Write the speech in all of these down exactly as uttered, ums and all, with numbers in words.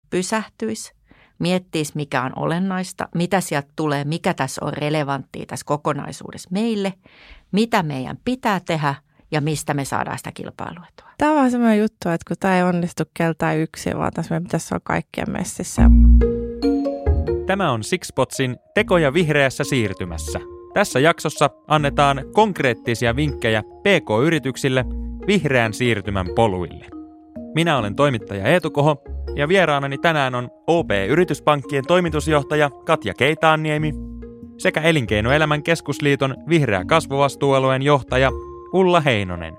pysähtyisi, miettiisi mikä on olennaista, mitä sieltä tulee, mikä tässä on relevanttia tässä kokonaisuudessa meille, mitä meidän pitää tehdä ja mistä me saadaan sitä kilpailuetua. Tämä on vähän sellainen juttu, että kun tämä ei onnistu keltään yksin, vaan tässä meidän pitäisi olla kaikkien messissä. Tämä on Sixpotsin Tekoja vihreässä siirtymässä. Tässä jaksossa annetaan konkreettisia vinkkejä P K-yrityksille vihreän siirtymän poluille. Minä olen toimittaja Eetu Koho ja vieraanani tänään on O P-yrityspankkien toimitusjohtaja Katja Keitaanniemi sekä Elinkeinoelämän keskusliiton vihreä kasvuvastuualueen johtaja Ulla Heinonen.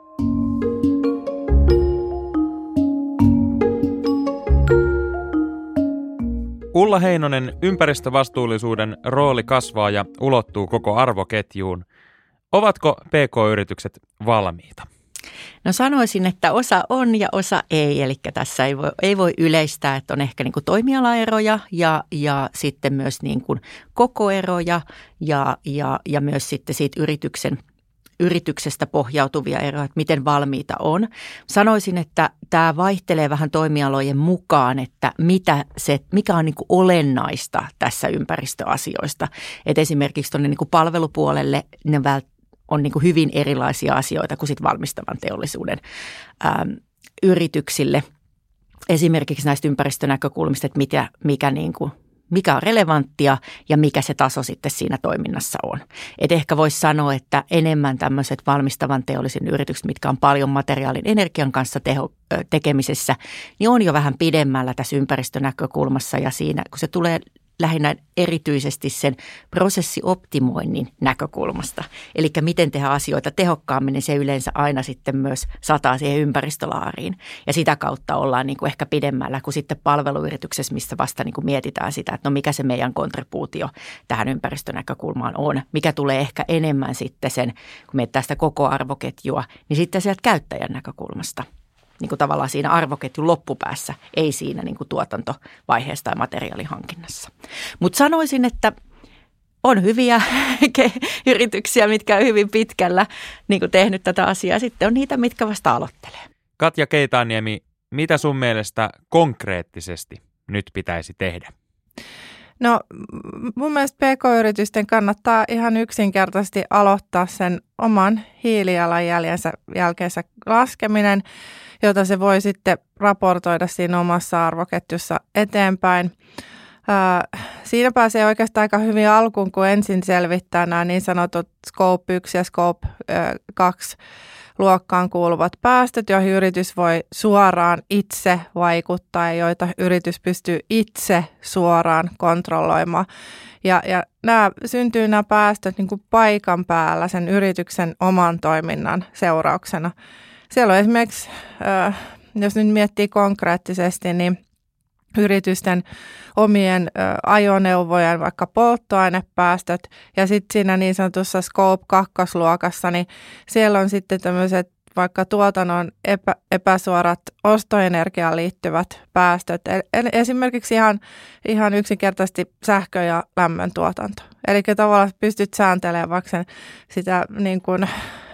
Ulla Heinonen, ympäristövastuullisuuden rooli kasvaa ja ulottuu koko arvoketjuun. Ovatko P K-yritykset valmiita? No sanoisin, että osa on ja osa ei, eli tässä ei voi, ei voi yleistää, että on ehkä niin kuin toimialaeroja ja, ja sitten myös niin kuin kokoeroja ja, ja, ja myös sitten siitä yrityksen yrityksestä pohjautuvia eroja, että miten valmiita on. Sanoisin, että tämä vaihtelee vähän toimialojen mukaan, että mitä se, mikä on niin kuin olennaista tässä ympäristöasioista. Et esimerkiksi tuonne niin kuin palvelupuolelle ne on niin kuin hyvin erilaisia asioita kuin sit valmistavan teollisuuden äm, yrityksille. Esimerkiksi näistä ympäristönäkökulmista, että mikä, mikä niin kuin mikä on relevanttia ja mikä se taso sitten siinä toiminnassa on. Et ehkä voisi sanoa, että enemmän tämmöiset valmistavan teollisen yritykset, mitkä on paljon materiaalin energian kanssa teho, tekemisessä, niin on jo vähän pidemmällä tässä ympäristönäkökulmassa ja siinä, kun se tulee lähinnä erityisesti sen prosessioptimoinnin näkökulmasta. Eli miten tehdä asioita tehokkaammin, niin se yleensä aina sitten myös sataa siihen ympäristölaariin. Ja sitä kautta ollaan niin kuin ehkä pidemmällä kuin sitten palveluyrityksessä, missä vasta niin kuin mietitään sitä, että no mikä se meidän kontribuutio tähän ympäristönäkökulmaan on. Mikä tulee ehkä enemmän sitten sen, kun mietitään sitä koko arvoketjua, niin sitten sieltä käyttäjän näkökulmasta. Niin kuin tavallaan siinä arvoketjun loppupäässä, ei siinä niin kuin tuotantovaiheessa tai materiaalihankinnassa. Mutta sanoisin, että on hyviä yrityksiä, mitkä on hyvin pitkällä niin kuin tehnyt tätä asiaa. Sitten on niitä, mitkä vasta aloittelee. Katja Keitaanniemi, mitä sun mielestä konkreettisesti nyt pitäisi tehdä? No mun mielestä P K-yritysten kannattaa ihan yksinkertaisesti aloittaa sen oman hiilijalanjäljensä jälkeensä laskeminen, jota se voi sitten raportoida siinä omassa arvoketjussa eteenpäin. Äh, siinä pääsee oikeastaan aika hyvin alkuun, kun ensin selvittää nämä niin sanotut Scope yksi ja Scope kaksi luokkaan kuuluvat päästöt, joihin yritys voi suoraan itse vaikuttaa ja joita yritys pystyy itse suoraan kontrolloimaan. Ja, ja nämä syntyy nämä päästöt niin kuin paikan päällä sen yrityksen oman toiminnan seurauksena. Siellä on esimerkiksi, jos nyt miettii konkreettisesti, niin yritysten omien ajoneuvojen vaikka polttoainepäästöt ja sitten siinä niin sanotussa Scope kaksi luokassa, niin siellä on sitten tämmöiset vaikka tuotannon epä, epäsuorat ostoenergiaan liittyvät päästöt. Esimerkiksi ihan, ihan yksinkertaisesti sähkö- ja lämmön tuotanto. Eli tavallaan pystyt sääntelemään vaikka sen, sitä niin kuin,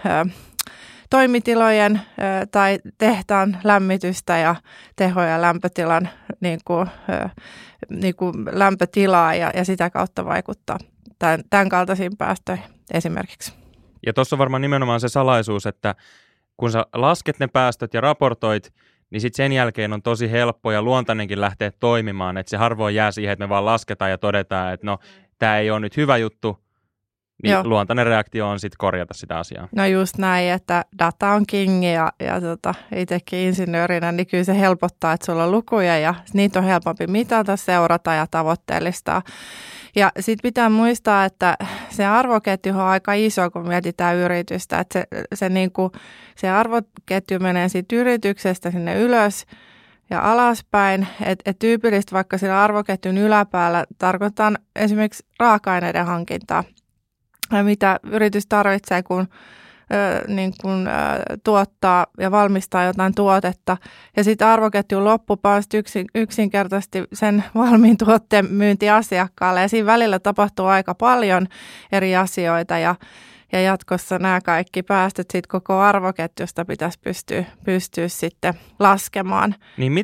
toimitilojen ö, tai tehtaan lämmitystä ja teho- ja lämpötilan niin kuin, ö, niin kuin lämpötilaa ja, ja sitä kautta vaikuttaa tämän, tämän kaltaisiin päästöihin esimerkiksi. Ja tuossa on varmaan nimenomaan se salaisuus, että kun sä lasket ne päästöt ja raportoit, niin sitten sen jälkeen on tosi helppo ja luontainenkin lähteä toimimaan, että se harvoin jää siihen, että me vaan lasketaan ja todetaan, että no tämä ei ole nyt hyvä juttu, niin Joo. luontainen reaktio on sitten korjata sitä asiaa. No just näin, että data on king ja, ja tota, itsekin insinöörinä, niin kyllä se helpottaa, että sulla on lukuja ja niitä on helpompi mitata, seurata ja tavoitteellistaa. Ja sitten pitää muistaa, että se arvoketju on aika iso, kun mietitään yritystä. Että se, se, niinku, se arvoketju menee siitä yrityksestä sinne ylös ja alaspäin. Että et tyypillistä vaikka sillä arvoketjun yläpäällä tarkoittaa esimerkiksi raaka-aineiden hankintaa. Ja mitä yritys tarvitsee, kun ö, niin kun, ö, tuottaa ja valmistaa jotain tuotetta. Ja sitten arvoketjun loppupäästä yksin, yksinkertaisesti sen valmiin tuotteen myynti asiakkaalle. Ja siinä välillä tapahtuu aika paljon eri asioita ja, ja jatkossa nämä kaikki päästöt sit koko arvoketjusta pitäisi pystyä, pystyä sitten laskemaan. Niin miten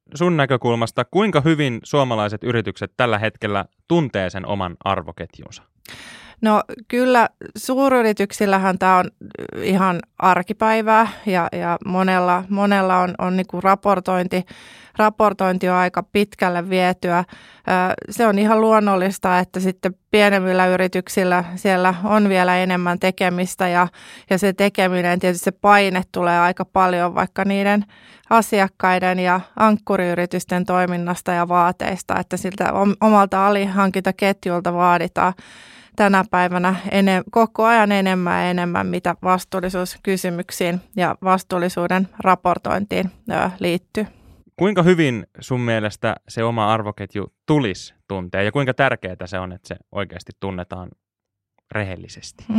sun näkökulmasta, kuinka hyvin suomalaiset yritykset tällä hetkellä tuntee sen oman arvoketjunsa? No kyllä suuryrityksillähän tämä on ihan arkipäivää ja, ja monella, monella on, on niin kuin raportointi, raportointi on aika pitkälle vietyä. Se on ihan luonnollista, että sitten pienemmillä yrityksillä siellä on vielä enemmän tekemistä ja, ja se tekeminen, tietysti se paine tulee aika paljon vaikka niiden asiakkaiden ja ankkuriyritysten toiminnasta ja vaateista, että siltä omalta alihankintaketjulta vaaditaan tänä päivänä enem, koko ajan enemmän ja enemmän, mitä vastuullisuuskysymyksiin ja vastuullisuuden raportointiin ö, liittyy. Kuinka hyvin sun mielestä se oma arvoketju tulisi tuntea ja kuinka tärkeää se on, että se oikeasti tunnetaan rehellisesti? Mm.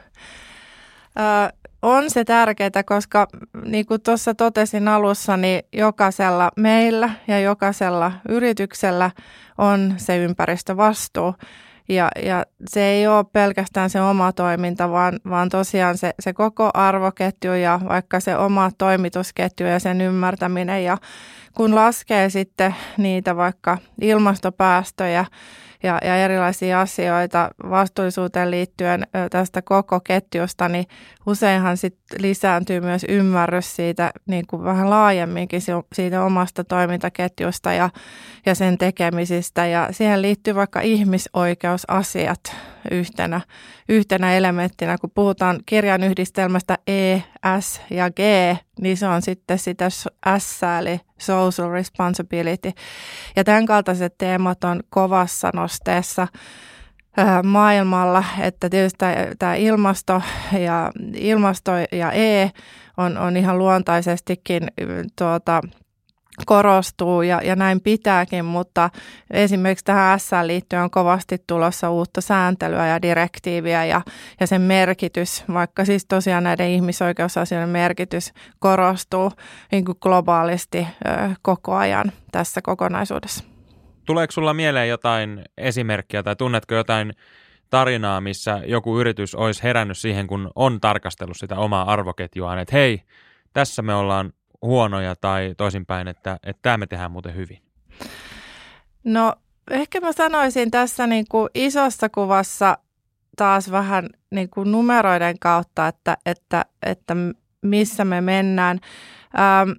Ö, on se tärkeää, koska niin kuin tuossa totesin alussa, niin jokaisella meillä ja jokaisella yrityksellä on se ympäristövastuu. Ja, ja se ei ole pelkästään se oma toiminta, vaan, vaan tosiaan se, se koko arvoketju ja vaikka se oma toimitusketju ja sen ymmärtäminen. Ja kun laskee sitten niitä vaikka ilmastopäästöjä ja, ja erilaisia asioita vastuullisuuteen liittyen tästä koko ketjusta, niin useinhan sitten lisääntyy myös ymmärrys siitä niin kuin vähän laajemminkin siitä omasta toimintaketjusta ja, ja sen tekemisistä. Ja siihen liittyy vaikka ihmisoikeusasiat yhtenä, yhtenä elementtinä. Kun puhutaan kirjan yhdistelmästä E, S ja G, niin se on sitten sitä S eli social responsibility. Ja tämän kaltaiset teemat on kovassa nosteessa maailmalla, että tietysti tämä ilmasto ja, ilmasto ja E on, on ihan luontaisestikin tuota, korostuu ja, ja näin pitääkin, mutta esimerkiksi tähän S:ään liittyen on kovasti tulossa uutta sääntelyä ja direktiiviä ja, ja sen merkitys, vaikka siis tosiaan näiden ihmisoikeusasioiden merkitys korostuu niin kuin globaalisti ö, koko ajan tässä kokonaisuudessa. Tuleeko sulla mieleen jotain esimerkkiä tai tunnetko jotain tarinaa, missä joku yritys olisi herännyt siihen, kun on tarkastellut sitä omaa arvoketjuaan, että hei, tässä me ollaan huonoja tai toisinpäin, että, että tämä me tehdään muuten hyvin? No ehkä mä sanoisin tässä niin kuin isossa kuvassa taas vähän niin kuin numeroiden kautta, että, että, että missä me mennään. Ähm,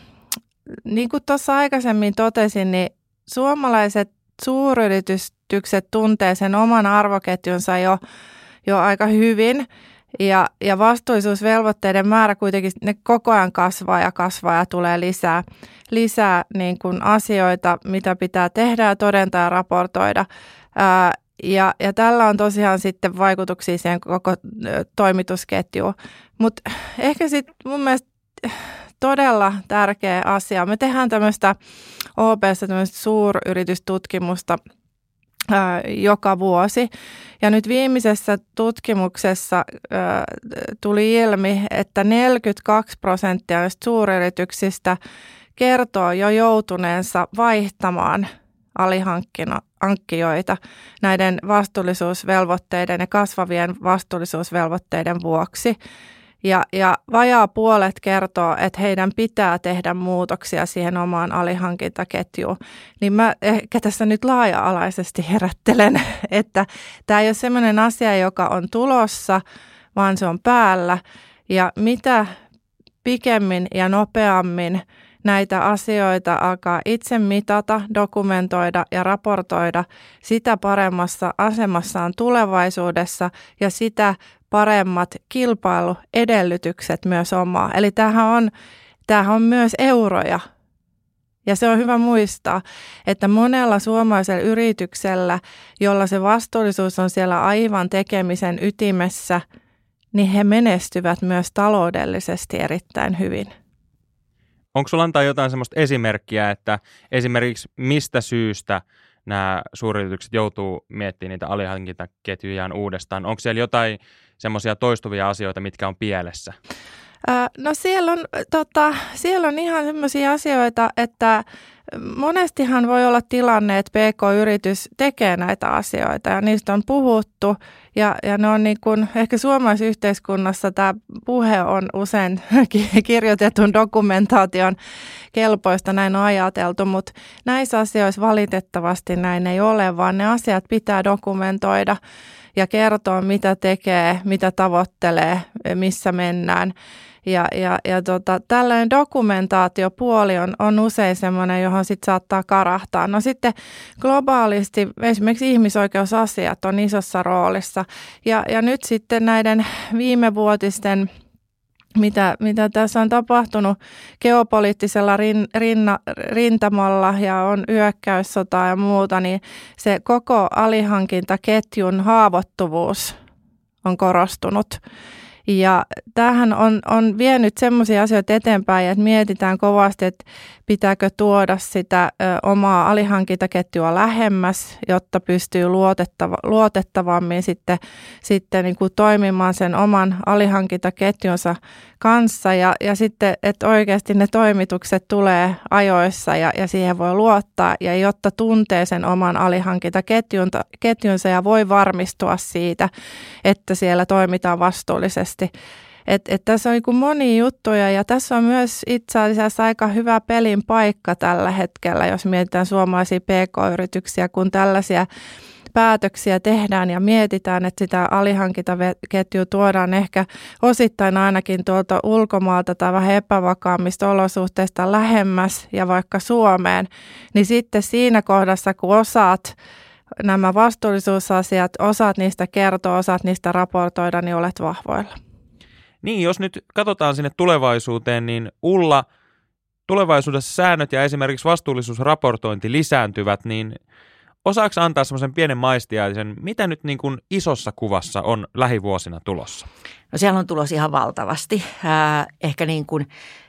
niin kuin tuossa aikaisemmin totesin, niin suomalaiset suuryritykset tuntee sen oman arvoketjunsa jo, jo aika hyvin ja, ja vastuullisuusvelvoitteiden määrä kuitenkin ne koko ajan kasvaa ja kasvaa ja tulee lisää, lisää niin kuin asioita, mitä pitää tehdä ja todentaa ja raportoida. Ää, ja, ja tällä on tosiaan sitten vaikutuksia siihen koko toimitusketjuun, mutta ehkä sitten mun mielestä todella tärkeä asia. Me tehdään tämmöistä O P:ssä tämmöistä suuryritystutkimusta ää, joka vuosi. Ja nyt viimeisessä tutkimuksessa ää, tuli ilmi, että neljäkymmentäkaksi prosenttia näistä suuryrityksistä kertoo jo joutuneensa vaihtamaan alihankkijoita näiden vastuullisuusvelvoitteiden ja kasvavien vastuullisuusvelvoitteiden vuoksi. Ja, ja vajaa puolet kertoo, että heidän pitää tehdä muutoksia siihen omaan alihankintaketjuun. Niin mä ehkä tässä nyt laaja-alaisesti herättelen, että tämä ei ole sellainen asia, joka on tulossa, vaan se on päällä. Ja mitä pikemmin ja nopeammin näitä asioita alkaa itse mitata, dokumentoida ja raportoida, sitä paremmassa asemassa on tulevaisuudessa ja sitä paremmat kilpailuedellytykset myös omaa. Eli tämähän on, tämähän on myös euroja. Ja se on hyvä muistaa, että monella suomalaisella yrityksellä, jolla se vastuullisuus on siellä aivan tekemisen ytimessä, niin he menestyvät myös taloudellisesti erittäin hyvin. Onko sulla antaa jotain sellaista esimerkkiä, että esimerkiksi mistä syystä nämä suuryritykset joutuu miettimään niitä alihankintaketjujaan uudestaan? Onko siellä jotain semmoisia toistuvia asioita, mitkä on pielessä? No siellä on, tota, siellä on ihan sellaisia asioita, että monestihan voi olla tilanne, että P K-yritys tekee näitä asioita ja niistä on puhuttu ja, ja ne on niin kuin, ehkä suomalaisessa yhteiskunnassa tämä puhe on usein kirjoitetun dokumentaation kelpoista, näin on ajateltu, mutta näissä asioissa valitettavasti näin ei ole, vaan ne asiat pitää dokumentoida ja kertoa, mitä tekee, mitä tavoittelee, missä mennään. Ja, ja, ja tota, tällainen dokumentaatiopuoli on, on usein semmoinen, johon sit saattaa karahtaa. No sitten globaalisti esimerkiksi ihmisoikeusasiat on isossa roolissa. Ja, ja nyt sitten näiden viimevuotisten, mitä, mitä tässä on tapahtunut geopoliittisella rin, rinna, rintamalla ja on hyökkäyssotaa ja muuta, niin se koko alihankintaketjun haavoittuvuus on korostunut. Ja tämähän on, on vienyt semmoisia asioita eteenpäin, että mietitään kovasti, että pitääkö tuoda sitä ö, omaa alihankintaketjua lähemmäs, jotta pystyy luotettava, luotettavammin sitten, sitten niin kuin toimimaan sen oman alihankintaketjunsa kanssa. Ja, ja sitten, että oikeasti ne toimitukset tulee ajoissa ja, ja siihen voi luottaa, ja jotta tuntee sen oman alihankintaketjunsa ja voi varmistua siitä, että siellä toimitaan vastuullisesti. Että et tässä on niin monia juttuja ja tässä on myös itse asiassa aika hyvä pelin paikka tällä hetkellä, jos mietitään suomalaisia P K-yrityksiä, kun tällaisia päätöksiä tehdään ja mietitään, että sitä alihankintaketjua tuodaan ehkä osittain ainakin tuolta ulkomaalta tai vähän epävakaammista olosuhteista lähemmäs ja vaikka Suomeen, niin sitten siinä kohdassa, kun osaat nämä vastuullisuusasiat, osaat niistä kertoa, osaat niistä raportoida, niin olet vahvoilla. Niin, jos nyt katsotaan sinne tulevaisuuteen, niin Ulla, tulevaisuudessa säännöt ja esimerkiksi vastuullisuusraportointi lisääntyvät, niin osaako antaa semmoisen pienen maistiaisen, mitä nyt niin kuin isossa kuvassa on lähivuosina tulossa? No siellä on tulossa ihan valtavasti. Äh, ehkä niin kuin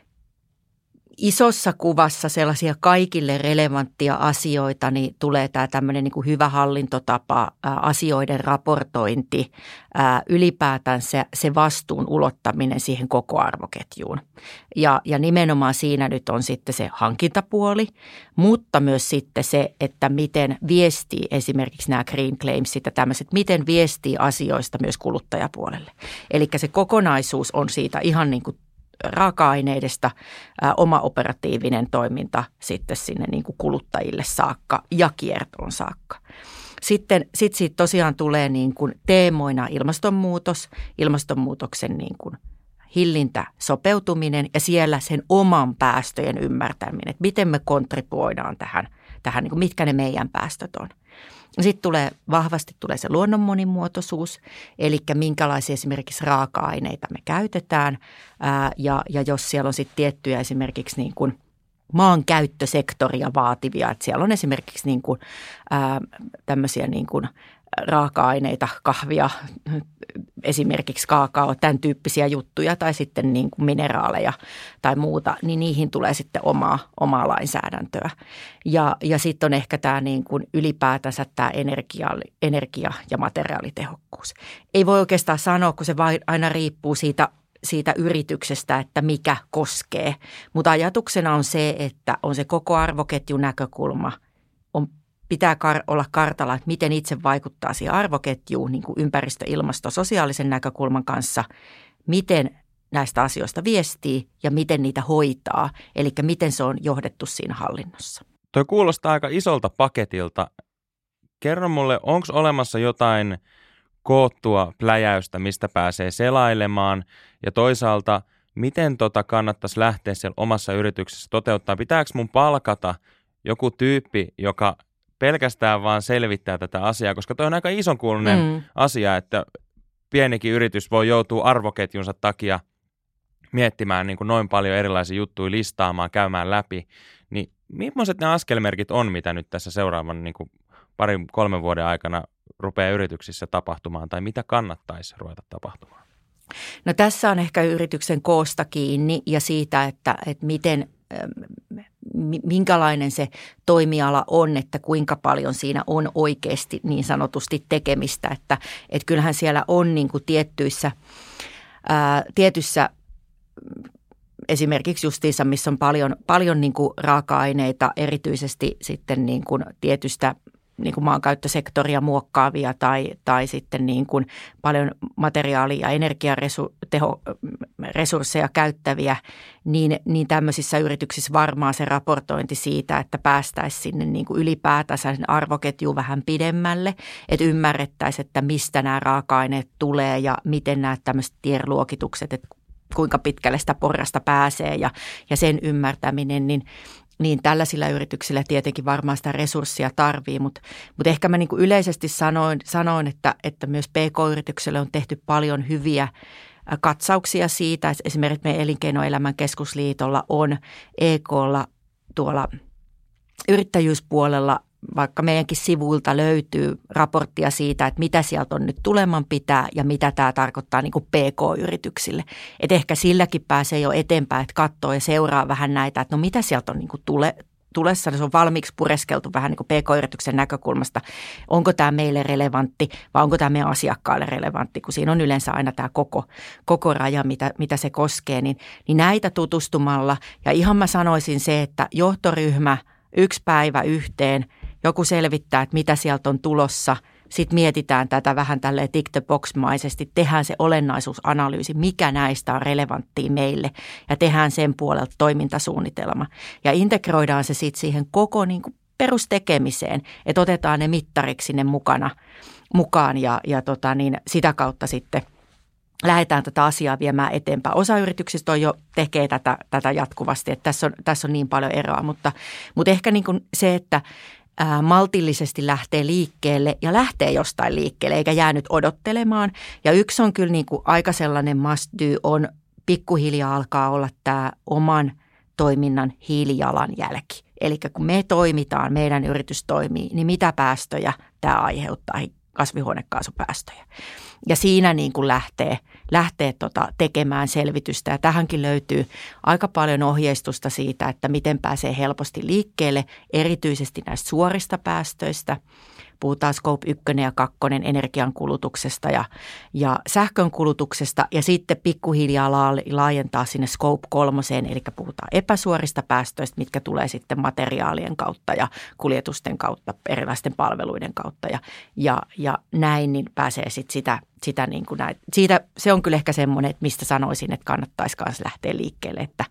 isossa kuvassa sellaisia kaikille relevanttia asioita, niin tulee tämä tämmöinen niin kuin hyvä hallintotapa, ää, asioiden raportointi, ää, ylipäätään se, se vastuun ulottaminen siihen koko arvoketjuun. Ja, ja nimenomaan siinä nyt on sitten se hankintapuoli, mutta myös sitten se, että miten viestii esimerkiksi nämä green claimsit ja tämmöiset, miten viestii asioista myös kuluttajapuolelle. Eli se kokonaisuus on siitä ihan niin kuin raaka-aineidesta ää, oma operatiivinen toiminta sitten sinne niin kuin kuluttajille saakka ja kiertoon saakka. Sitten sit siitä tosiaan tulee niin kuin teemoina ilmastonmuutos, ilmastonmuutoksen niin kuin hillintä, sopeutuminen ja siellä sen oman päästöjen ymmärtäminen, että miten me kontribuoidaan tähän, tähän niin kuin mitkä ne meidän päästöt on. Sitten tulee vahvasti tulee se luonnon monimuotoisuus, eli minkälaisia esimerkiksi raaka-aineita me käytetään ää, ja, ja jos siellä on sitten tiettyjä esimerkiksi niin kuin maankäyttösektoria vaativia, että siellä on esimerkiksi niin kuin, ää, tämmöisiä niin kuin raaka-aineita, kahvia, esimerkiksi kaakao, tämän tyyppisiä juttuja tai sitten niin kuin mineraaleja tai muuta, niin niihin tulee sitten omaa, omaa lainsäädäntöä. Ja, ja sitten on ehkä tämä niin kuin ylipäätänsä tämä energia, energia- ja materiaalitehokkuus. Ei voi oikeastaan sanoa, kun se vain aina riippuu siitä, siitä yrityksestä, että mikä koskee. Mutta ajatuksena on se, että on se koko arvoketjun näkökulma, on pitää kar- olla kartalla, että miten itse vaikuttaa siihen arvoketjuun niin kuin ympäristö-, ilmasto-, sosiaalisen näkökulman kanssa, miten näistä asioista viestii ja miten niitä hoitaa, eli miten se on johdettu siinä hallinnossa. Toi kuulostaa aika isolta paketilta. Kerro mulle, onko olemassa jotain koottua pläjäystä, mistä pääsee selailemaan ja toisaalta miten tota kannattaisi lähteä siellä omassa yrityksessä toteuttaa? Pitääkö mun palkata joku tyyppi, joka pelkästään vaan selvittää tätä asiaa, koska toi on aika isonkuuluinen mm. asia, että pienikin yritys voi joutua arvoketjunsa takia miettimään niin kuin noin paljon erilaisia juttuja, listaamaan, käymään läpi. Niin millaiset ne askelmerkit on, mitä nyt tässä seuraavan niin kuin parin, kolmen vuoden aikana rupeaa yrityksissä tapahtumaan, tai mitä kannattaisi ruveta tapahtumaan? No tässä on ehkä yrityksen koosta kiinni ja siitä, että, että miten minkälainen se toimiala on, että kuinka paljon siinä on oikeasti niin sanotusti tekemistä, että, että kyllähän siellä on niin kuin tiettyissä, ää, tietyssä esimerkiksi justiinsa, missä on paljon, paljon niin kuin raaka-aineita, erityisesti sitten niin kuin tietystä niin kuin maankäyttösektoria muokkaavia tai, tai sitten niin kuin paljon materiaali- ja energiaresursseja käyttäviä, niin, niin tämmöisissä yrityksissä varmaan se raportointi siitä, että päästäisiin sinne niin kuin ylipäätänsä sen arvoketjuun vähän pidemmälle, että ymmärrettäisiin, että mistä nämä raaka-aineet tulee ja miten nämä tämmöiset tierluokitukset, että kuinka pitkälle sitä porrasta pääsee ja, ja sen ymmärtäminen, niin Niin tällaisilla yrityksillä tietenkin varmaan sitä resurssia tarvii, mutta, mutta ehkä mä niin kuin yleisesti sanoin, sanoin että, että myös P K-yritykselle on tehty paljon hyviä katsauksia siitä. Esimerkiksi meidän Elinkeinoelämän keskusliitolla on E K:lla tuolla yrittäjyyspuolella, vaikka meidänkin sivuilta löytyy raporttia siitä, että mitä sieltä on nyt tuleman pitää ja mitä tämä tarkoittaa niin kuin P K-yrityksille. Että ehkä silläkin pääsee jo eteenpäin, että katsoo ja seuraa vähän näitä, että no mitä sieltä on niin kuin tule, tulessa. Se on valmiiksi pureskeltu vähän niin kuin P K-yrityksen näkökulmasta. Onko tämä meille relevantti vai onko tämä meidän asiakkaalle relevantti, kun siinä on yleensä aina tämä koko, koko raja, mitä, mitä se koskee. Niin, niin näitä tutustumalla ja ihan mä sanoisin se, että johtoryhmä yksi päivä yhteen, joku selvittää, että mitä sieltä on tulossa. Sitten mietitään tätä vähän tälleen tick the box-maisesti. Tehdään se olennaisuusanalyysi, mikä näistä on relevanttia meille. Ja tehdään sen puolelta toimintasuunnitelma. Ja integroidaan se sitten siihen koko niin kuin perustekemiseen. Että otetaan ne mittariksi sinne mukana, mukaan ja, ja tota niin, sitä kautta sitten lähdetään tätä asiaa viemään eteenpäin. Osa yrityksistä on jo tekee tätä, tätä jatkuvasti, että tässä on, tässä on niin paljon eroa. Mutta, mutta ehkä niin kuin se, että ää, maltillisesti lähtee liikkeelle ja lähtee jostain liikkeelle eikä jää nyt odottelemaan. Ja yksi on kyllä niin kuin aika sellainen must do on pikkuhiljaa alkaa olla tämä oman toiminnan hiilijalanjälki. Eli kun me toimitaan, meidän yritys toimii, niin mitä päästöjä tämä aiheuttaa, kasvihuonekaasupäästöjä. Ja siinä niin kuin lähtee, lähtee tota tekemään selvitystä ja tähänkin löytyy aika paljon ohjeistusta siitä, että miten pääsee helposti liikkeelle, erityisesti näistä suorista päästöistä. Puhutaan scope yksi ja kaksi energiankulutuksesta ja, ja sähkönkulutuksesta ja sitten pikkuhiljaa laajentaa sinne scope kolme, eli puhutaan epäsuorista päästöistä, mitkä tulee sitten materiaalien kautta ja kuljetusten kautta, erilaisten palveluiden kautta ja, ja, ja näin, niin pääsee sitten sitä, sitä niin kuin näin. Siitä, se on kyllä ehkä semmoinen, että mistä sanoisin, että kannattaisi myös lähteä liikkeelle, että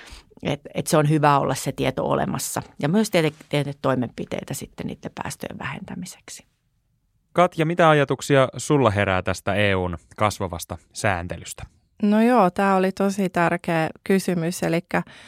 Että et se on hyvä olla se tieto olemassa ja myös tehdä, tehdä toimenpiteitä sitten niiden päästöjen vähentämiseksi. Katja, mitä ajatuksia sulla herää tästä E U:n kasvavasta sääntelystä? No joo, tämä oli tosi tärkeä kysymys. Eli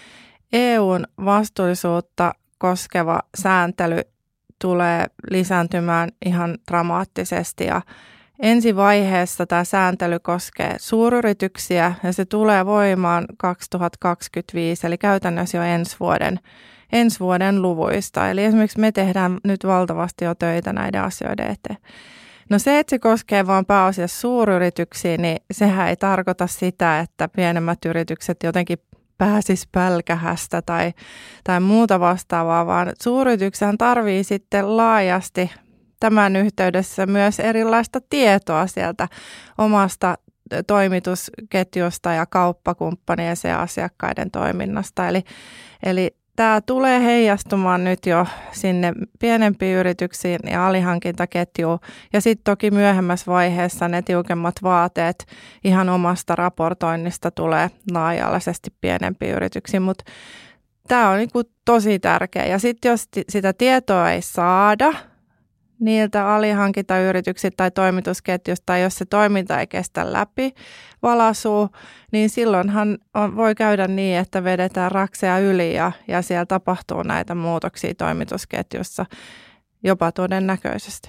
E U:n vastuullisuutta koskeva sääntely tulee lisääntymään ihan dramaattisesti ja ensi vaiheessa tämä sääntely koskee suuryrityksiä ja se tulee voimaan kaksituhattakaksikymmentäviisi, eli käytännössä jo ensi vuoden, ensi vuoden luvuista. Eli esimerkiksi me tehdään nyt valtavasti jo töitä näiden asioiden eteen. No se, että se koskee vain pääasiassa suuryrityksiä, niin sehän ei tarkoita sitä, että pienemmät yritykset jotenkin pääsis pälkähästä tai, tai muuta vastaavaa, vaan suuryrityksethän tarvii sitten laajasti tämän yhteydessä myös erilaista tietoa sieltä omasta toimitusketjusta ja kauppakumppanien ja asiakkaiden toiminnasta. Eli, eli tämä tulee heijastumaan nyt jo sinne pienempiin yrityksiin ja alihankintaketjuun. Ja sitten toki myöhemmässä vaiheessa ne tiukemmat vaateet ihan omasta raportoinnista tulee laaja-alaisesti pienempiin yrityksiin, mutta tämä on niinku tosi tärkeä. Ja sitten jos sitä tietoa ei saada niiltä alihankintayrityksiltä tai toimitusketjusta, tai jos se toiminta ei kestä läpi valaisua, niin silloinhan on, voi käydä niin, että vedetään rakseja yli ja, ja siellä tapahtuu näitä muutoksia toimitusketjussa jopa todennäköisesti.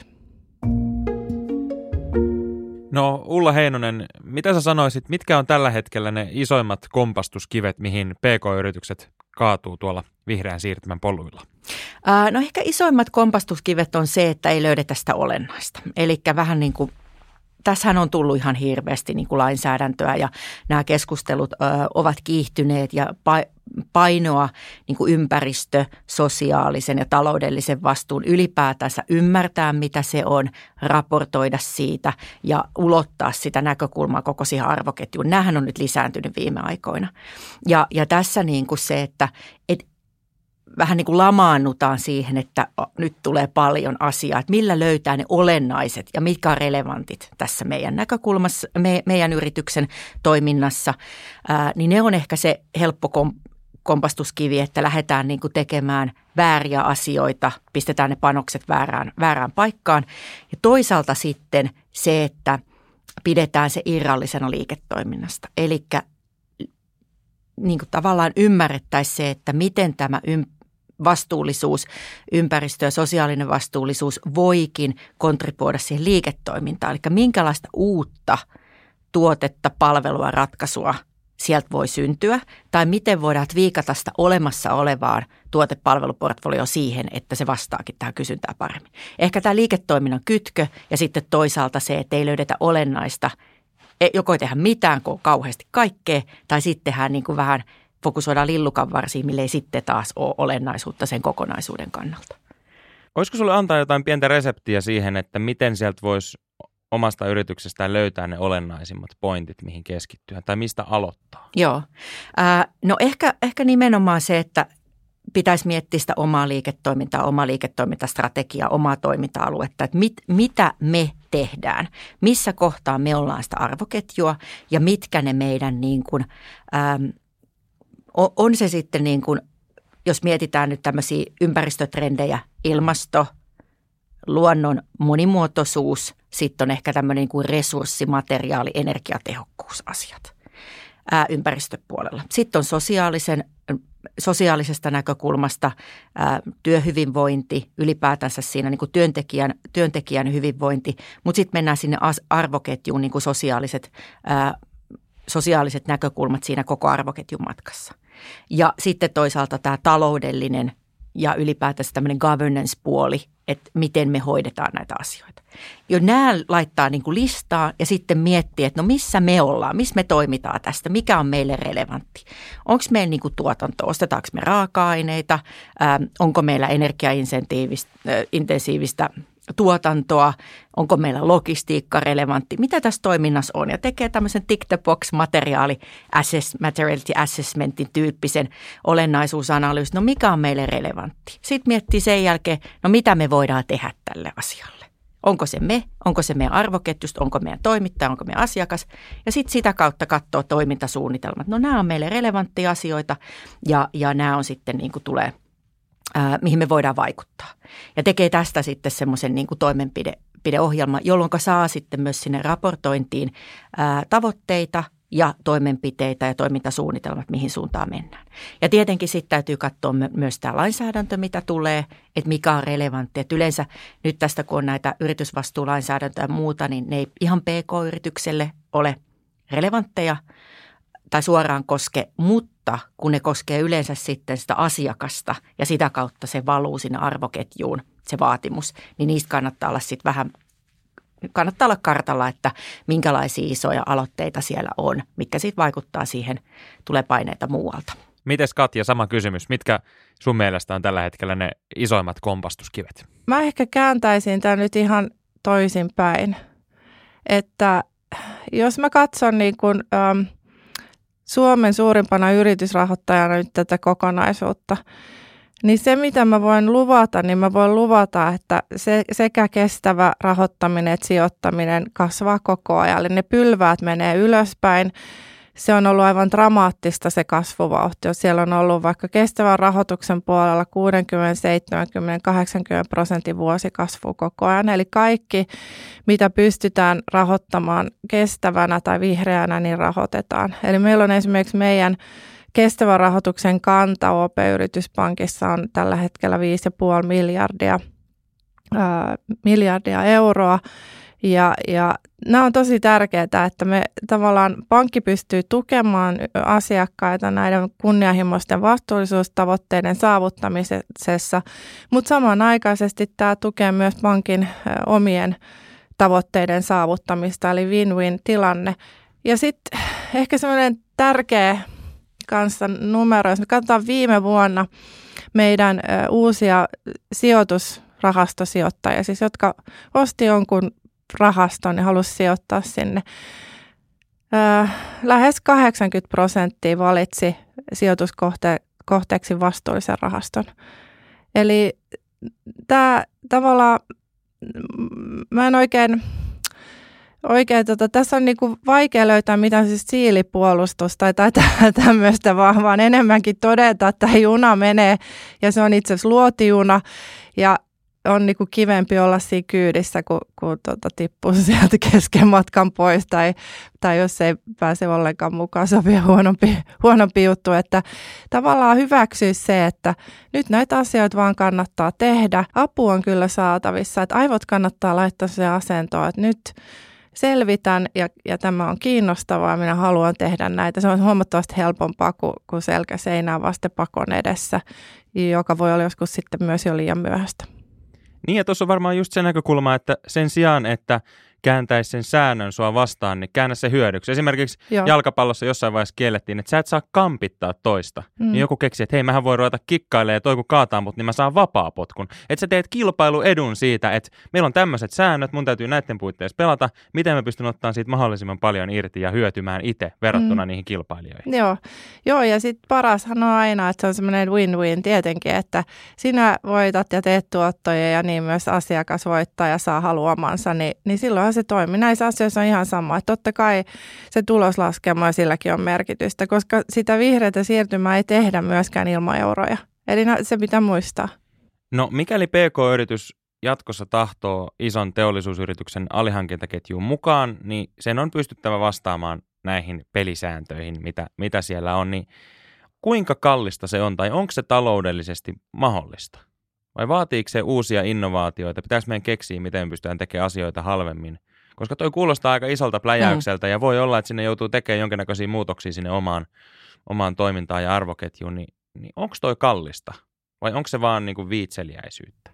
No Ulla Heinonen, mitä sä sanoisit, mitkä on tällä hetkellä ne isoimmat kompastuskivet, mihin P K-yritykset kaatuu tuolla vihreän siirtymän poluilla? No ehkä isoimmat kompastuskivet on se, että ei löydetä sitä olennaista. Eli vähän niin kuin tässähän on tullut ihan hirveästi niin kuin lainsäädäntöä ja nämä keskustelut ö, ovat kiihtyneet ja painoa niin kuin ympäristö, sosiaalisen ja taloudellisen vastuun ylipäätänsä ymmärtää, mitä se on, raportoida siitä ja ulottaa sitä näkökulmaa koko siihen arvoketjuun. Nämähän on nyt lisääntynyt viime aikoina. Ja, ja tässä niin kuin se, että et, vähän niin kuin lamaannutaan siihen, että nyt tulee paljon asiaa, että millä löytää ne olennaiset ja mitkä on relevantit tässä meidän näkökulmassa, me, meidän yrityksen toiminnassa, ää, niin ne on ehkä se helppo kom, kompastuskivi, että lähdetään niin kuin tekemään vääriä asioita, pistetään ne panokset väärään, väärään paikkaan. Ja toisaalta sitten se, että pidetään se irrallisena liiketoiminnasta, eli niin kuin tavallaan ymmärrettäisiin se, että miten tämä ym- vastuullisuus, ympäristö- ja sosiaalinen vastuullisuus voikin kontribuoida siihen liiketoimintaan. Eli minkälaista uutta tuotetta, palvelua, ratkaisua sieltä voi syntyä, tai miten voidaan viikata sitä olemassa olevaan tuotepalveluportfolioon siihen, että se vastaakin tähän kysyntään paremmin. Ehkä tämä liiketoiminnan kytkö ja sitten toisaalta se, että ei löydetä olennaista, joko ei tehdä mitään, kun on kauheasti kaikkea, tai sitten tehdään niin kuin vähän fokusoidaan lillukanvarsiin, mille ei sitten taas ole olennaisuutta sen kokonaisuuden kannalta. Olisiko sulle antaa jotain pientä reseptiä siihen, että miten sieltä voisi omasta yrityksestään löytää ne olennaisimmat pointit, mihin keskittyä, tai mistä aloittaa? Joo. Äh, no ehkä, ehkä nimenomaan se, että pitäisi miettiä sitä omaa liiketoimintaa, omaa liiketoimintastrategiaa, omaa toiminta-aluetta, että mit, mitä me tehdään, missä kohtaa me ollaan sitä arvoketjua ja mitkä ne meidän niin kuin, ähm, on se sitten niin kuin, jos mietitään nyt tämmöisiä ympäristötrendejä, ilmasto, luonnon monimuotoisuus, sitten on ehkä tämmöinen niin kuin resurssi, materiaali, energiatehokkuusasiat ää, ympäristöpuolella. Sitten on sosiaalisen, sosiaalisesta näkökulmasta ää, työhyvinvointi, ylipäätänsä siinä niin kuin työntekijän, työntekijän hyvinvointi, mutta sitten mennään sinne arvoketjuun niin kuin sosiaaliset, ää, sosiaaliset näkökulmat siinä koko arvoketjun matkassa. Ja sitten toisaalta tämä taloudellinen ja ylipäätänsä tämmöinen governance-puoli, että miten me hoidetaan näitä asioita. Jo nämä laittaa niin kuin listaa ja sitten miettiä, että no missä me ollaan, missä me toimitaan tästä, mikä on meille relevantti. Onko meillä niin kuin tuotanto, ostetaanko me raaka-aineita, ää, onko meillä energiaintensiivistä tuotantoa, onko meillä logistiikka relevantti, mitä tässä toiminnassa on. Ja tekee tämmöisen tick the box materiaali, assess, materiality assessmentin tyyppisen olennaisuusanalyysin, no mikä on meille relevantti. Sitten miettii sen jälkeen, no mitä me voidaan tehdä tälle asialle. Onko se me, onko se meidän arvoketjusta, onko meidän toimittaja, onko meidän asiakas. Ja sitten sitä kautta katsoo toimintasuunnitelmat. No nämä on meille relevantteja asioita ja, ja nämä on sitten niin kuin tulee Ää, mihin me voidaan vaikuttaa. Ja tekee tästä sitten semmoisen niin kuin toimenpideohjelman, jolloin saa sitten myös sinne raportointiin ää, tavoitteita ja toimenpiteitä ja toimintasuunnitelmat, mihin suuntaan mennään. Ja tietenkin sitten täytyy katsoa myös tämä lainsäädäntö, mitä tulee, että mikä on relevantti. Että yleensä nyt tästä, kun on näitä yritysvastuulainsäädäntöä ja muuta, niin ne ei ihan P K-yritykselle ole relevantteja tai suoraan koske, mutta kun ne koskee yleensä sitten sitä asiakasta ja sitä kautta se valuu sinne arvoketjuun, se vaatimus, niin niistä kannattaa olla sitten vähän, kannattaa olla kartalla, että minkälaisia isoja aloitteita siellä on, mitkä sitten vaikuttaa siihen, tulee paineita muualta. Mites Katja, sama kysymys, mitkä sun mielestä on tällä hetkellä ne isoimmat kompastuskivet? Mä ehkä kääntäisin tämän nyt ihan toisinpäin, että jos mä katson niin kuin Ähm, Suomen suurimpana yritysrahoittajana nyt tätä kokonaisuutta, niin se mitä mä voin luvata, niin mä voin luvata, että se, sekä kestävä rahoittaminen että sijoittaminen kasvaa koko ajan. Eli ne pylväät menee ylöspäin. Se on ollut aivan dramaattista se kasvuvauhti. Siellä on ollut vaikka kestävän rahoituksen puolella kuusikymmentä, seitsemänkymmentä, kahdeksankymmentä prosentin vuosikasvu koko ajan. Eli kaikki, mitä pystytään rahoittamaan kestävänä tai vihreänä, niin rahoitetaan. Eli meillä on esimerkiksi meidän kestävän rahoituksen kanta O P-yrityspankissa on tällä hetkellä viisi pilkku viisi miljardia, ää, miljardia euroa. Ja, ja nämä on tosi tärkeää, että me tavallaan pankki pystyy tukemaan asiakkaita näiden kunnianhimoisten vastuullisuustavoitteiden saavuttamisessa, mutta samanaikaisesti tämä tukee myös pankin omien tavoitteiden saavuttamista, eli win-win-tilanne. Ja sitten ehkä semmoinen tärkeä kanssa numero, jos me katsotaan viime vuonna meidän ö, uusia sijoitusrahastosijoittajia, siis jotka osti jonkun rahaston ja halusi sijoittaa sinne. Ö, lähes kahdeksankymmentä prosenttia valitsi sijoituskohteeksi vastuullisen rahaston. Eli tämä tavallaan, mä en oikein... Oikein, tota, tässä on niinku vaikea löytää mitään siis siilipuolustusta tai tämmöistä, vaan, vaan enemmänkin todeta, että juna menee ja se on itse asiassa luotijuna ja on niinku kivempi olla siinä kyydissä, kun, kun tota, tippuu sieltä kesken matkan pois tai, tai jos ei pääse ollenkaan mukaan, se on vielä huonompi, huonompi juttu, että tavallaan hyväksyä se, että nyt näitä asioita vaan kannattaa tehdä. Apu on kyllä saatavissa, että aivot kannattaa laittaa se asentoon, että nyt selvitän ja, ja tämä on kiinnostavaa, minä haluan tehdä näitä. Se on huomattavasti helpompaa kuin, kuin selkä seinään vastapakon edessä, joka voi olla joskus sitten myös jo liian myöhäistä. Niin ja tuossa on varmaan just se näkökulma, että sen sijaan, että kääntäisi sen säännön sua vastaan, niin käännä se hyödyksi. Esimerkiksi Joo. jalkapallossa jossain vaiheessa kiellettiin, että sä et saa kampittaa toista. Mm. Niin joku keksi, että hei, mähän voi ruveta kikkailemaan ja toi kun kaataa mut, niin mä saan vapaapotkun. Että sä teet kilpailuedun siitä, että meillä on tämmöiset säännöt, mun täytyy näiden puitteissa pelata. Miten mä pystyn ottamaan siitä mahdollisimman paljon irti ja hyötymään itse verrattuna mm. niihin kilpailijoihin. Joo, Joo ja sitten parashan on aina, että se on semmoinen win-win tietenkin, että sinä voitat ja teet tuottoja ja niin myös asiakas voittaa ja saa haluamansa, niin, niin silloin se toimii. Näissä asioissa on ihan sama, että totta kai se tuloslaskelma ja silläkin on merkitystä, koska sitä vihreätä siirtymää ei tehdä myöskään ilman euroja. Eli se pitää muistaa. No mikäli P K-yritys jatkossa tahtoo ison teollisuusyrityksen alihankintaketjuun mukaan, niin sen on pystyttävä vastaamaan näihin pelisääntöihin, mitä, mitä siellä on. Niin kuinka kallista se on tai onko se taloudellisesti mahdollista? Vai vaatiiko se uusia innovaatioita? Pitääkö meidän keksiä, miten pystytään tekemään asioita halvemmin? Koska toi kuulostaa aika isolta pläjäykseltä mm. ja voi olla, että sinne joutuu tekemään jonkinnäköisiä muutoksia sinne omaan, omaan toimintaan ja arvoketjuun. Niin, niin onko toi kallista vai onko se vaan niin kuin viitseliäisyyttä?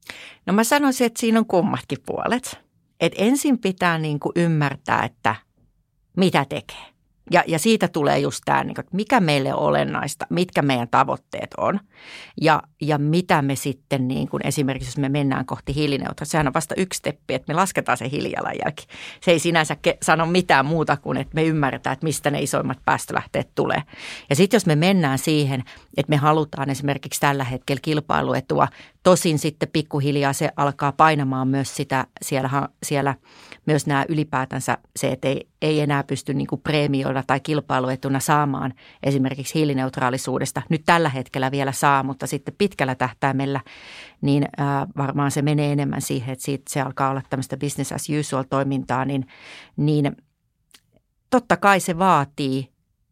No mä sanoisin, että siinä on kummatkin puolet. Et ensin pitää niin kuin ymmärtää, että mitä tekee. Ja, ja siitä tulee just tämä, että mikä meille on olennaista, mitkä meidän tavoitteet on ja, ja mitä me sitten niin kuin esimerkiksi, jos me mennään kohti hiilineutraalisuutta, sehän on vasta yksi steppi, että me lasketaan se hiilijalanjälki. Se ei sinänsä sano mitään muuta kuin, että me ymmärretään, että mistä ne isoimmat päästölähteet tulee. Ja sitten jos me mennään siihen, että me halutaan esimerkiksi tällä hetkellä kilpailuetua, tosin sitten pikkuhiljaa se alkaa painamaan myös sitä, siellä, siellä myös nämä ylipäätänsä se, että ei, ei enää pysty niin kuin preemioilla tai kilpailuetuna saamaan esimerkiksi hiilineutraalisuudesta. Nyt tällä hetkellä vielä saa, mutta sitten pitkällä tähtäimellä niin ää, varmaan se menee enemmän siihen, että siitä se alkaa olla tämmöistä business as usual toimintaa, niin, niin totta kai se vaatii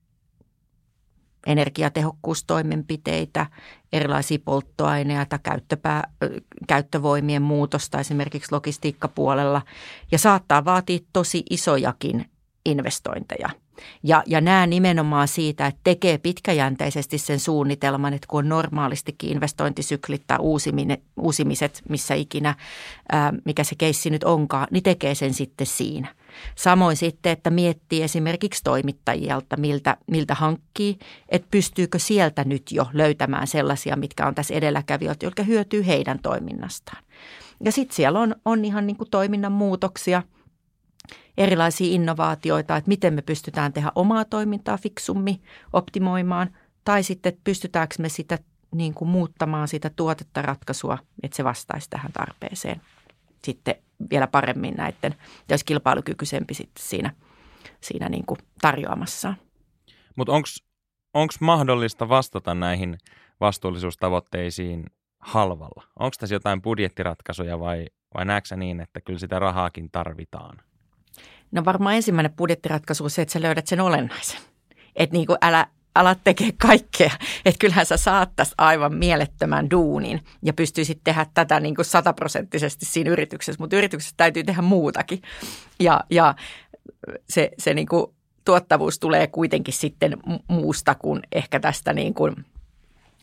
energiatehokkuustoimenpiteitä, erilaisia polttoaineita, käyttöpää, käyttövoimien muutosta esimerkiksi logistiikkapuolella ja saattaa vaatia tosi isojakin investointeja. Ja, ja nämä nimenomaan siitä, että tekee pitkäjänteisesti sen suunnitelman, että kun on normaalistikin investointisyklit tai uusimiset, missä ikinä, ää, mikä se keissi nyt onkaan, niin tekee sen sitten siinä. Samoin sitten, että miettii esimerkiksi toimittajilta, miltä, miltä hankkii, että pystyykö sieltä nyt jo löytämään sellaisia, mitkä on tässä edelläkävijöiltä, jotka hyötyy heidän toiminnastaan. Ja sitten siellä on, on ihan niin kuin toiminnan muutoksia, erilaisia innovaatioita, että miten me pystytään tehdä omaa toimintaa fiksummin, optimoimaan, tai sitten että pystytäänkö me sitä niin kuin muuttamaan sitä tuotetta ratkaisua, että se vastaisi tähän tarpeeseen sitten vielä paremmin näiden, ja olisi kilpailukykyisempi sitten siinä, siinä niin kuin tarjoamassaan. Mutta onko mahdollista vastata näihin vastuullisuustavoitteisiin halvalla? Onko tässä jotain budjettiratkaisuja vai, vai näetkö sä niin, että kyllä sitä rahaakin tarvitaan? No varmaan ensimmäinen budjettiratkaisu on se, että sä löydät sen olennaisen. Että niin kuin älä, älä tekee kaikkea. Että kyllähän sä saattaisi aivan mielettömän duunin ja pystyisit tehdä tätä niin kuin sataprosenttisesti siinä yrityksessä. Mutta yrityksessä täytyy tehdä muutakin. Ja, ja se, se niin kuin tuottavuus tulee kuitenkin sitten muusta kuin ehkä tästä niin kuin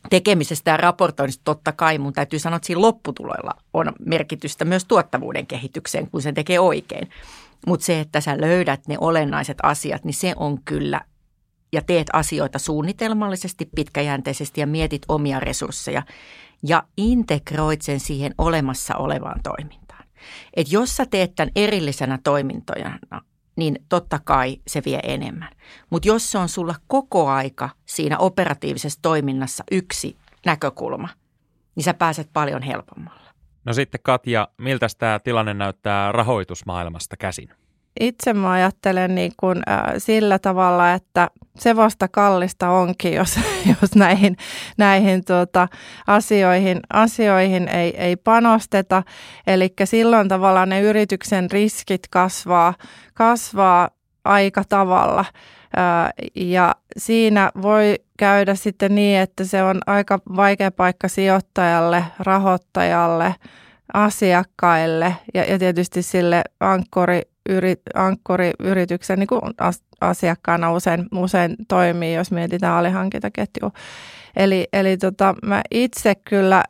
tekemisestä ja raportoinnista totta kai mun täytyy sanoa, että siinä lopputuloilla on merkitystä myös tuottavuuden kehitykseen, kun sen tekee oikein. Mutta se, että sä löydät ne olennaiset asiat, niin se on kyllä, ja teet asioita suunnitelmallisesti, pitkäjänteisesti ja mietit omia resursseja ja integroit sen siihen olemassa olevaan toimintaan. Et jos sä teet tämän erillisenä toimintojana, niin totta kai se vie enemmän. Mutta jos se on sulla koko aika siinä operatiivisessa toiminnassa yksi näkökulma, niin sä pääset paljon helpommalla. No sitten Katja, miltä tämä tilanne näyttää rahoitusmaailmasta käsin? Itse mä ajattelen niin kuin, äh, sillä tavalla, että se vasta kallista onkin, jos, jos näihin, näihin tuota, asioihin, asioihin ei, ei panosteta. Eli silloin tavallaan ne yrityksen riskit kasvaa, kasvaa aika tavalla. Äh, ja siinä voi käydä sitten niin, että se on aika vaikea paikka sijoittajalle, rahoittajalle, asiakkaille ja, ja tietysti sille ankkori Yri, ankkuriyrityksen niin kuin asiakkaana usein, usein toimii, jos mietitään alihankintaketjua. Eli, eli tota, mä itse kyllä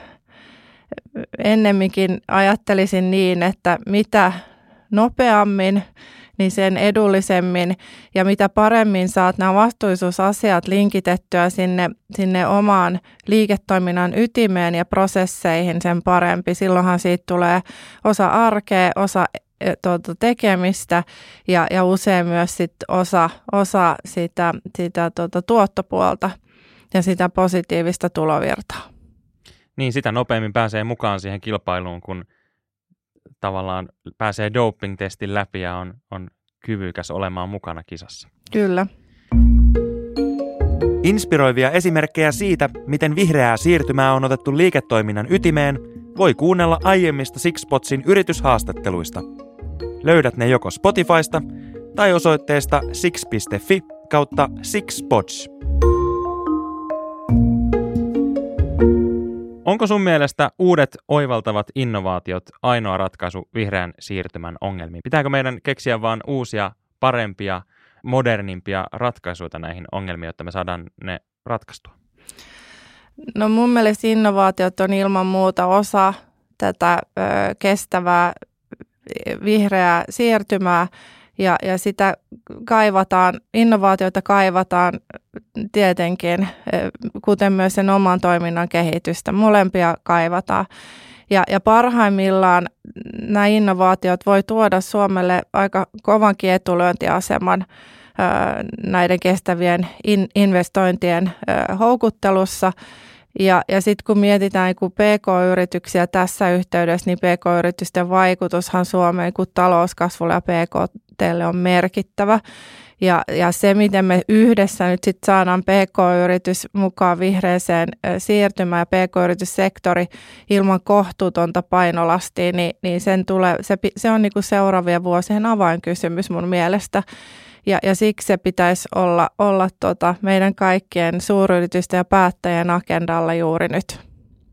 ennemminkin ajattelisin niin, että mitä nopeammin, niin sen edullisemmin ja mitä paremmin saat nämä vastuullisuusasiat linkitettyä sinne, sinne omaan liiketoiminnan ytimeen ja prosesseihin, sen parempi. Silloinhan siitä tulee osa arkea, osa Tuota, tekemistä ja, ja usein myös sit osa, osa sitä, sitä tuota, tuottopuolta ja sitä positiivista tulovirtaa. Niin, sitä nopeammin pääsee mukaan siihen kilpailuun, kun tavallaan pääsee doping-testin läpi ja on, on kyvykäs olemaan mukana kisassa. Kyllä. Inspiroivia esimerkkejä siitä, miten vihreää siirtymää on otettu liiketoiminnan ytimeen, voi kuunnella aiemmista SIXPOTSin yrityshaastatteluista. Löydät ne joko Spotifysta tai osoitteesta six piste fi kautta SIXPOTS. Onko sun mielestä uudet oivaltavat innovaatiot ainoa ratkaisu vihreän siirtymän ongelmiin? Pitääkö meidän keksiä vaan uusia, parempia, modernimpia ratkaisuja näihin ongelmiin, jotta me saadaan ne ratkaistua? No mun mielestä innovaatiot on ilman muuta osa tätä ö, kestävää vihreää siirtymää ja, ja sitä kaivataan, innovaatioita kaivataan tietenkin, kuten myös sen oman toiminnan kehitystä. Molempia kaivataan. Ja, ja parhaimmillaan nämä innovaatiot voi tuoda Suomelle aika kovankin etulyöntiaseman näiden kestävien in, investointien houkuttelussa. Ja, ja sitten kun mietitään kun P K-yrityksiä tässä yhteydessä, niin P K-yritysten vaikutushan Suomeen kun talouskasvulle ja P K T:lle on merkittävä. Ja, ja se, miten me yhdessä nyt sitten saadaan P K-yritys mukaan vihreäseen siirtymään ja P K-yrityssektori ilman kohtuutonta painolastia, niin, niin sen tulee, se, se on niinku seuraavien vuosien avainkysymys mun mielestä. Ja, ja siksi se pitäisi olla, olla tota meidän kaikkien suuryritysten ja päättäjien agendalla juuri nyt.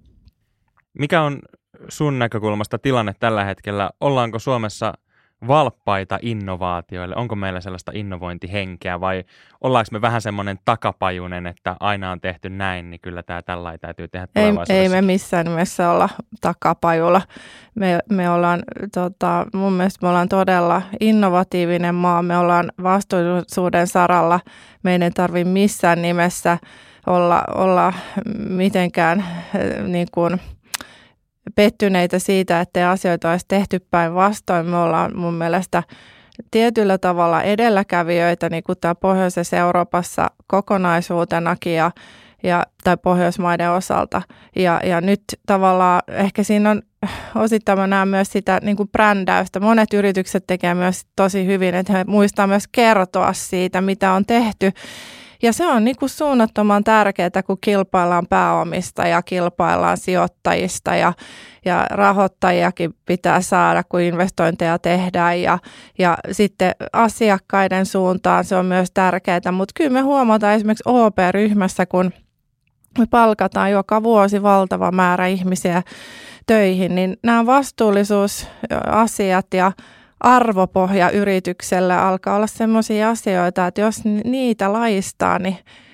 Mikä on sun näkökulmasta tilanne tällä hetkellä? Ollaanko Suomessa valppaita innovaatioille? Onko meillä sellaista innovointihenkeä vai ollaanko me vähän semmoinen takapajunen, että aina on tehty näin, niin kyllä tämä tällainen täytyy tehdä tulevaisuudessa? Ei, ei me missään nimessä olla takapajulla. Me, me ollaan, tota, mun mielestä me ollaan todella innovatiivinen maa. Me ollaan vastuullisuuden saralla. Meidän ei tarvitse missään nimessä olla, olla mitenkään niin kuin pettyneitä siitä, ettei asioita olisi tehty päinvastoin. Me ollaan mun mielestä tietyllä tavalla edelläkävijöitä, niin kuin tämä Pohjoisessa Euroopassa kokonaisuutenakin ja, ja, tai Pohjoismaiden osalta. Ja, ja nyt tavallaan ehkä siinä on osittain mä näen myös sitä niin kuin brändäystä. Monet yritykset tekevät myös tosi hyvin, että he muistaa myös kertoa siitä, mitä on tehty. Ja se on niin kuin suunnattoman tärkeää, kun kilpaillaan pääomista ja kilpaillaan sijoittajista ja, ja rahoittajiakin pitää saada, kun investointeja tehdään. Ja, ja sitten asiakkaiden suuntaan se on myös tärkeää, mutta kyllä me huomataan esimerkiksi O P-ryhmässä, kun me palkataan joka vuosi valtava määrä ihmisiä töihin, niin nämä vastuullisuusasiat ja arvopohja yrityksellä alkaa olla sellaisia asioita, että jos niitä laistaa, niin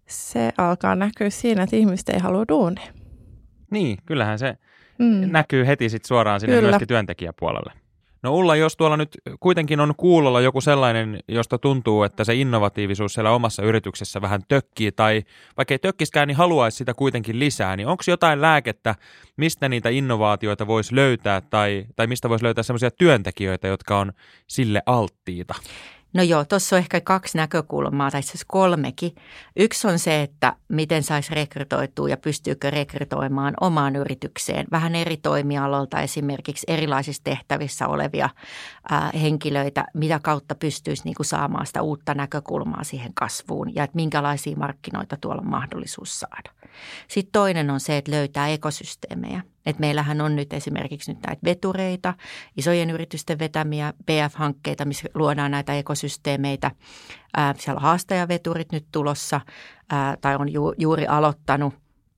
se alkaa näkyä siinä, että ihmiset ei halua duunia. Niin, kyllähän se Mm. näkyy heti sit suoraan sinne Kyllä. myöskin työntekijäpuolelle. No Ulla, jos tuolla nyt kuitenkin on kuulolla joku sellainen, josta tuntuu, että se innovatiivisuus siellä omassa yrityksessä vähän tökkii, tai vaikka ei tökkiskään, niin haluaisi sitä kuitenkin lisää, niin onko jotain lääkettä, mistä niitä innovaatioita voisi löytää, tai, tai mistä voisi löytää sellaisia työntekijöitä, jotka on sille alttiita? No joo, tuossa on ehkä kaksi näkökulmaa, tai itse asiassa kolmekin. Yksi on se, että miten saisi rekrytoitua ja pystyykö rekrytoimaan omaan yritykseen vähän eri toimialoilta, esimerkiksi erilaisissa tehtävissä olevia ää, henkilöitä, mitä kautta pystyisi niin kuin saamaan sitä uutta näkökulmaa siihen kasvuun ja että minkälaisia markkinoita tuolla on mahdollisuus saada. Sitten toinen on se, että löytää ekosysteemejä. Et meillähän on nyt esimerkiksi nyt näitä vetureita, isojen yritysten vetämiä P F-hankkeita, missä luodaan näitä ekosysteemeitä. Ää, siellä on haastajaveturit nyt tulossa ää, tai on ju, juuri aloittanut.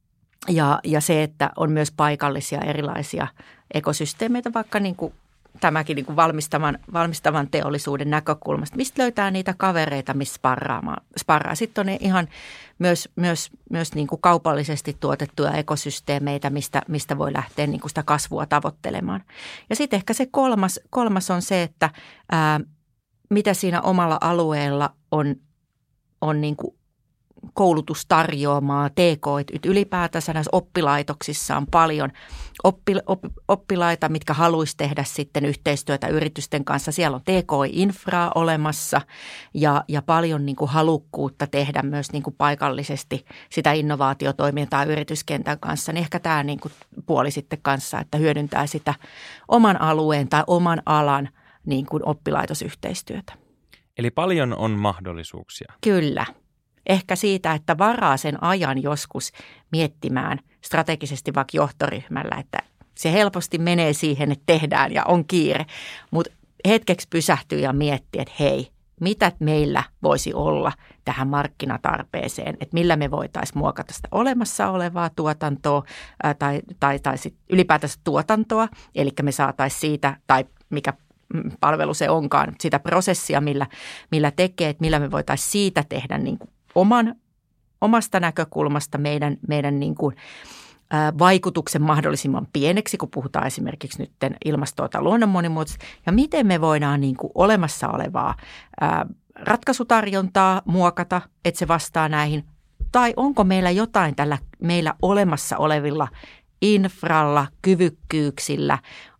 Ja, ja se, että on myös paikallisia erilaisia ekosysteemeitä, vaikka niin kuin tämäkin niin kuin valmistavan, valmistavan teollisuuden näkökulmasta. Mistä löytää niitä kavereita, missä sparraamaan, sparraa? Sitten on ihan myös, myös, myös niin kuin kaupallisesti tuotettuja ekosysteemeitä, mistä, mistä voi lähteä niin kuin sitä kasvua tavoittelemaan. Ja sitten ehkä se kolmas, kolmas on se, että ää, mitä siinä omalla alueella on, on niin kuin koulutustarjoamaa, T K, ylipäätänsä näissä oppilaitoksissa on paljon oppi, op, oppilaita, mitkä haluaisi tehdä sitten yhteistyötä yritysten kanssa. Siellä on T K-infraa olemassa ja, ja paljon niin kuin halukkuutta tehdä myös niin kuin paikallisesti sitä innovaatiotoimintaa yrityskentän kanssa. Niin ehkä tämä niin kuin puoli sitten kanssa, että hyödyntää sitä oman alueen tai oman alan niin kuin oppilaitosyhteistyötä. Eli paljon on mahdollisuuksia. Kyllä. Ehkä siitä, että varaa sen ajan joskus miettimään strategisesti vaikka johtoryhmällä, että se helposti menee siihen, että tehdään ja on kiire. Mutta hetkeksi pysähtyy ja miettii, että hei, mitä meillä voisi olla tähän markkinatarpeeseen, että millä me voitaisiin muokata sitä olemassa olevaa tuotantoa ää, tai, tai, tai sit ylipäätänsä tuotantoa, eli me saataisiin siitä, tai mikä palvelu se onkaan, sitä prosessia, millä, millä tekee, että millä me voitaisiin siitä tehdä niin kuin oman, omasta näkökulmasta meidän, meidän niin kuin, ä, vaikutuksen mahdollisimman pieneksi, kun puhutaan esimerkiksi nyt ilmastoa tai luonnon monimuotoisuudesta, ja miten me voidaan niin kuin olemassa olevaa ä, ratkaisutarjontaa muokata, että se vastaa näihin, tai onko meillä jotain tällä meillä olemassa olevilla infralla, kyvykkyyksillä,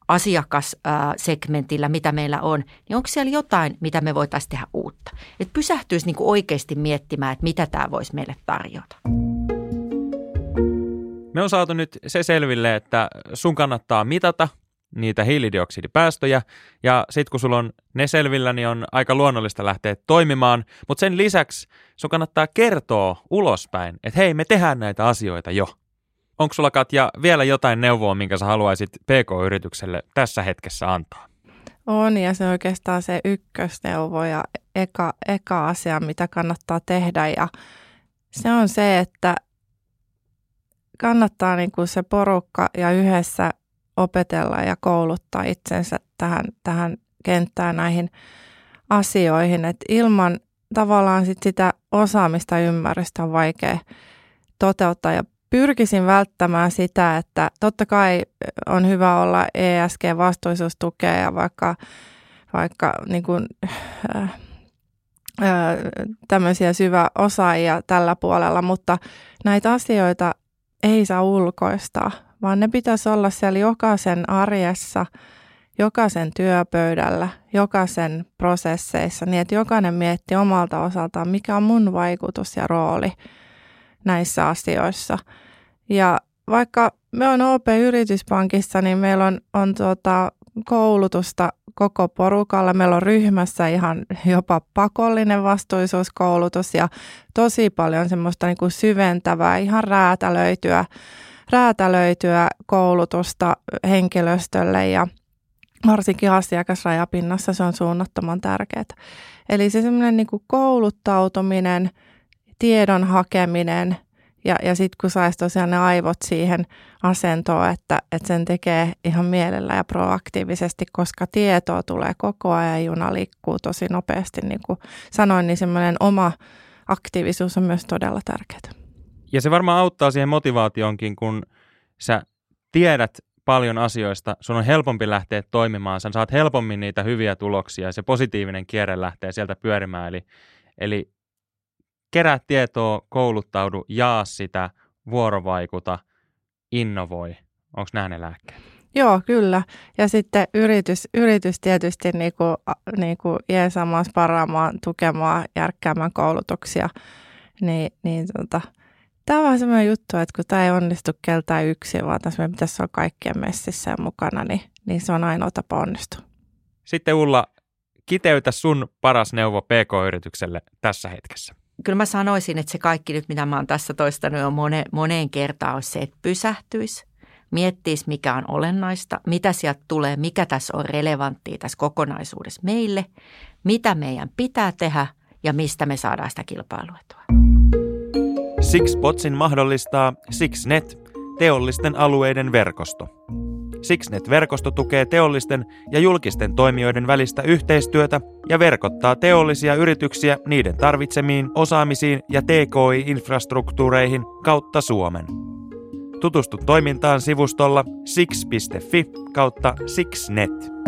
asiakassegmentillä, mitä meillä on, niin onko siellä jotain, mitä me voitaisiin tehdä uutta? Että pysähtyisi niin kuin oikeasti miettimään, että mitä tämä voisi meille tarjota. Me on saatu nyt se selville, että sun kannattaa mitata niitä hiilidioksidipäästöjä ja sitten kun sulla on ne selvillä, niin on aika luonnollista lähteä toimimaan, mutta sen lisäksi sun kannattaa kertoa ulospäin, että hei, me tehdään näitä asioita jo. Onko sulla, Katja, vielä jotain neuvoa, minkä sä haluaisit P K-yritykselle tässä hetkessä antaa? On, ja se on oikeastaan se ykkösneuvo ja eka, eka asia, mitä kannattaa tehdä. Ja se on se, että kannattaa niin kuin se porukka ja yhdessä opetella ja kouluttaa itsensä tähän, tähän kenttään näihin asioihin. Et ilman tavallaan sit sitä osaamista ja ymmärrystä on vaikea toteuttaa ja pyrkisin välttämään sitä, että totta kai on hyvä olla E S G-vastuullisuustukea ja vaikka, vaikka niin kuin, äh, äh, tämmöisiä syväosaajia tällä puolella, mutta näitä asioita ei saa ulkoistaa, vaan ne pitäisi olla siellä jokaisen arjessa, jokaisen työpöydällä, jokaisen prosesseissa, niin että jokainen miettii omalta osaltaan, mikä on mun vaikutus ja rooli näissä asioissa. Ja vaikka me on O P-yrityspankissa, niin meillä on, on tuota koulutusta koko porukalla. Meillä on ryhmässä ihan jopa pakollinen vastuullisuuskoulutus ja tosi paljon semmoista niin kuin syventävää, ihan räätälöityä, räätälöityä koulutusta henkilöstölle ja varsinkin asiakasrajapinnassa se on suunnattoman tärkeää. Eli se semmoinen niin kuin kouluttautuminen, tiedon hakeminen ja, ja sitten kun saisi tosiaan ne aivot siihen asentoon, että, että sen tekee ihan mielellä ja proaktiivisesti, koska tietoa tulee koko ajan ja juna liikkuu tosi nopeasti. Niin kuin sanoin, niin semmoinen oma aktiivisuus on myös todella tärkeää. Ja se varmaan auttaa siihen motivaatioonkin, kun sä tiedät paljon asioista, sun on helpompi lähteä toimimaan, sä saat helpommin niitä hyviä tuloksia ja se positiivinen kierre lähtee sieltä pyörimään. Eli, eli kerää tietoa, kouluttaudu, jaa sitä, vuorovaikuta, innovoi. Onko nämä ne lääkkeet? Joo, kyllä. Ja sitten yritys, yritys tietysti niinku, niinku jeesaamaan, sparaamaan, tukemaan, järkkäämään koulutuksia. Niin, niin tota, tämä on vähän semmoinen juttu, että kun tämä ei onnistu keltään yksin, vaan tässä meidän pitäisi olla kaikkien messissä mukana, niin, niin se on ainoa tapa onnistua. Sitten Ulla, kiteytä sun paras neuvo P K-yritykselle tässä hetkessä. Kyllä mä sanoisin, että se kaikki nyt, mitä mä oon tässä toistanut jo moneen, moneen kertaan, on se, että pysähtyisi, miettiisi, mikä on olennaista, mitä sieltä tulee, mikä tässä on relevanttia tässä kokonaisuudessa meille, mitä meidän pitää tehdä ja mistä me saadaan sitä kilpailuetua. SIXPOTSin mahdollistaa SIXNet, teollisten alueiden verkosto. SIXNet-verkosto tukee teollisten ja julkisten toimijoiden välistä yhteistyötä ja verkottaa teollisia yrityksiä niiden tarvitsemiin osaamisiin ja T K I-infrastruktuureihin kautta Suomen. Tutustu toimintaan sivustolla six piste fi kautta SIXNet.